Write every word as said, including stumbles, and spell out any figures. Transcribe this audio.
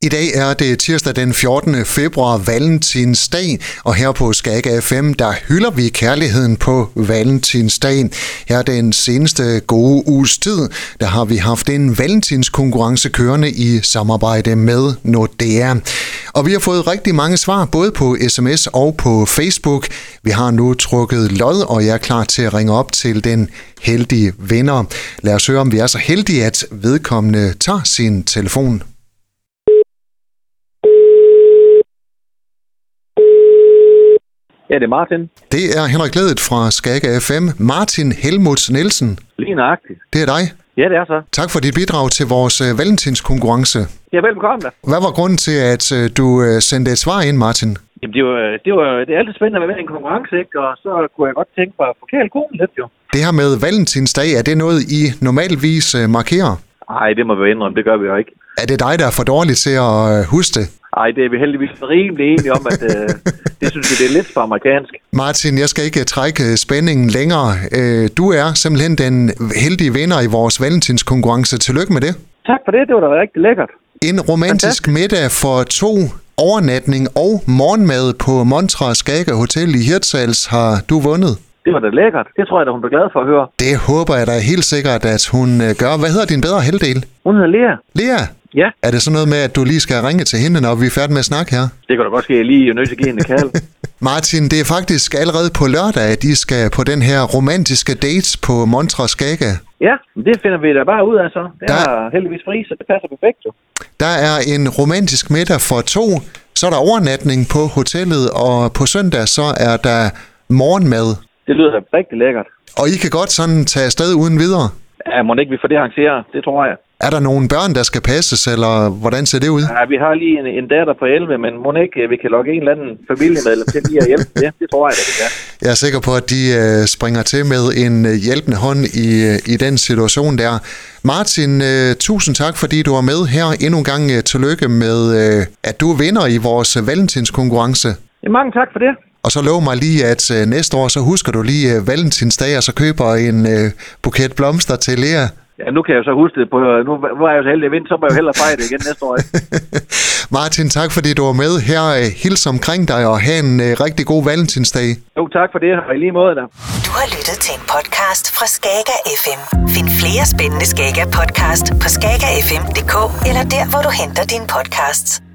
I dag er det tirsdag den fjortende februar, Valentinsdag, og her på Skaga F M, der hylder vi kærligheden på Valentinsdagen. Her den seneste gode uges tid, der har vi haft en valentinskonkurrence kørende i samarbejde med Nordea. Og vi har fået rigtig mange svar, både på sms og på Facebook. Vi har nu trukket lod, og jeg er klar til at ringe op til den heldige vinder. Lad os høre, om vi er så heldige, at vedkommende tager sin telefon. Ja, det er Martin. Det er Henrik Glædet fra Skaga F M. Martin Helmuth Nielsen. Lige nøjagtigt. Det er dig. Ja, det er så. Tak for dit bidrag til vores uh, valentinskonkurrence. Ja, velbekomme da. Hvad var grunden til, at uh, du uh, sendte et svar ind, Martin? Jamen, det, var, det, var, det er altid spændende at være med i en konkurrence, ikke? Og så kunne jeg godt tænke mig at forkæle konen lidt, jo. Det her med valentinsdag, er det noget, I normalvis uh, markerer? Nej, det må vi indrømme. Det gør vi jo ikke. Er det dig, der er for dårlig til at uh, huske det? Nej, det er vi heldigvis rimelig enige om, at uh, det synes vi, det er lidt for amerikansk. Martin, jeg skal ikke trække spændingen længere. Uh, du er simpelthen den heldige vinder i vores valentinskonkurrence. Tillykke med det. Tak for det. Det var da rigtig lækkert. En romantisk Fantastisk. middag for to, overnatning og morgenmad på Montra Skaga Hotel i Hirtshals har du vundet. Det var da lækkert. Det tror jeg da, hun bliver glad for at høre. Det håber jeg da helt sikkert, at hun gør. Hvad hedder din bedre halvdel? Hun hedder Lea. Lea? Ja. Er det sådan noget med, at du lige skal ringe til hende, når vi er færdige med at snakke her? Det kan da godt ske, at jeg lige er nødt til at give hende en kald. Martin, det er faktisk allerede på lørdag, at de skal på den her romantiske date på Montra Skaga. Ja, det finder vi da bare ud af så. Det der... er heldigvis fri, så det passer perfekt jo. Der er en romantisk middag for to, så er der overnatning på hotellet, og på søndag så er der morgenmad. Det lyder da rigtig lækkert. Og I kan godt sådan tage afsted uden videre? Ja, må ikke vi får det arrangeret, det tror jeg. Er der nogle børn, der skal passes, eller hvordan ser det ud? Ja, vi har lige en, en datter på elleve, men må ikke vi kan lokke en eller anden familiemedlem til lige at hjælpe det. Det tror jeg, det kan. Jeg er sikker på, at de uh, springer til med en uh, hjælpende hånd i, uh, i den situation der. Martin, uh, tusind tak, fordi du var med her. Endnu en gang uh, tillykke med, uh, at du vinder i vores uh, valentinskonkurrence. Ja, mange tak for det. Og så lov mig lige, at uh, næste år, så husker du lige uh, valentinsdag, og så køber en uh, buket blomster til Lea. Ja, nu kan jeg jo så huske det på, nu, nu er jeg jo så heldig at vinde, så må jeg jo hellere fejre det igen næste år. Martin, tak fordi du var med her. Hils omkring dig, og have en uh, rigtig god valentinsdag. Jo, tak for det, og i lige måde da. Du har lyttet til en podcast fra Skaga F M. Find flere spændende Skaga podcast på skaga f m punktum d k eller der, hvor du henter dine podcasts.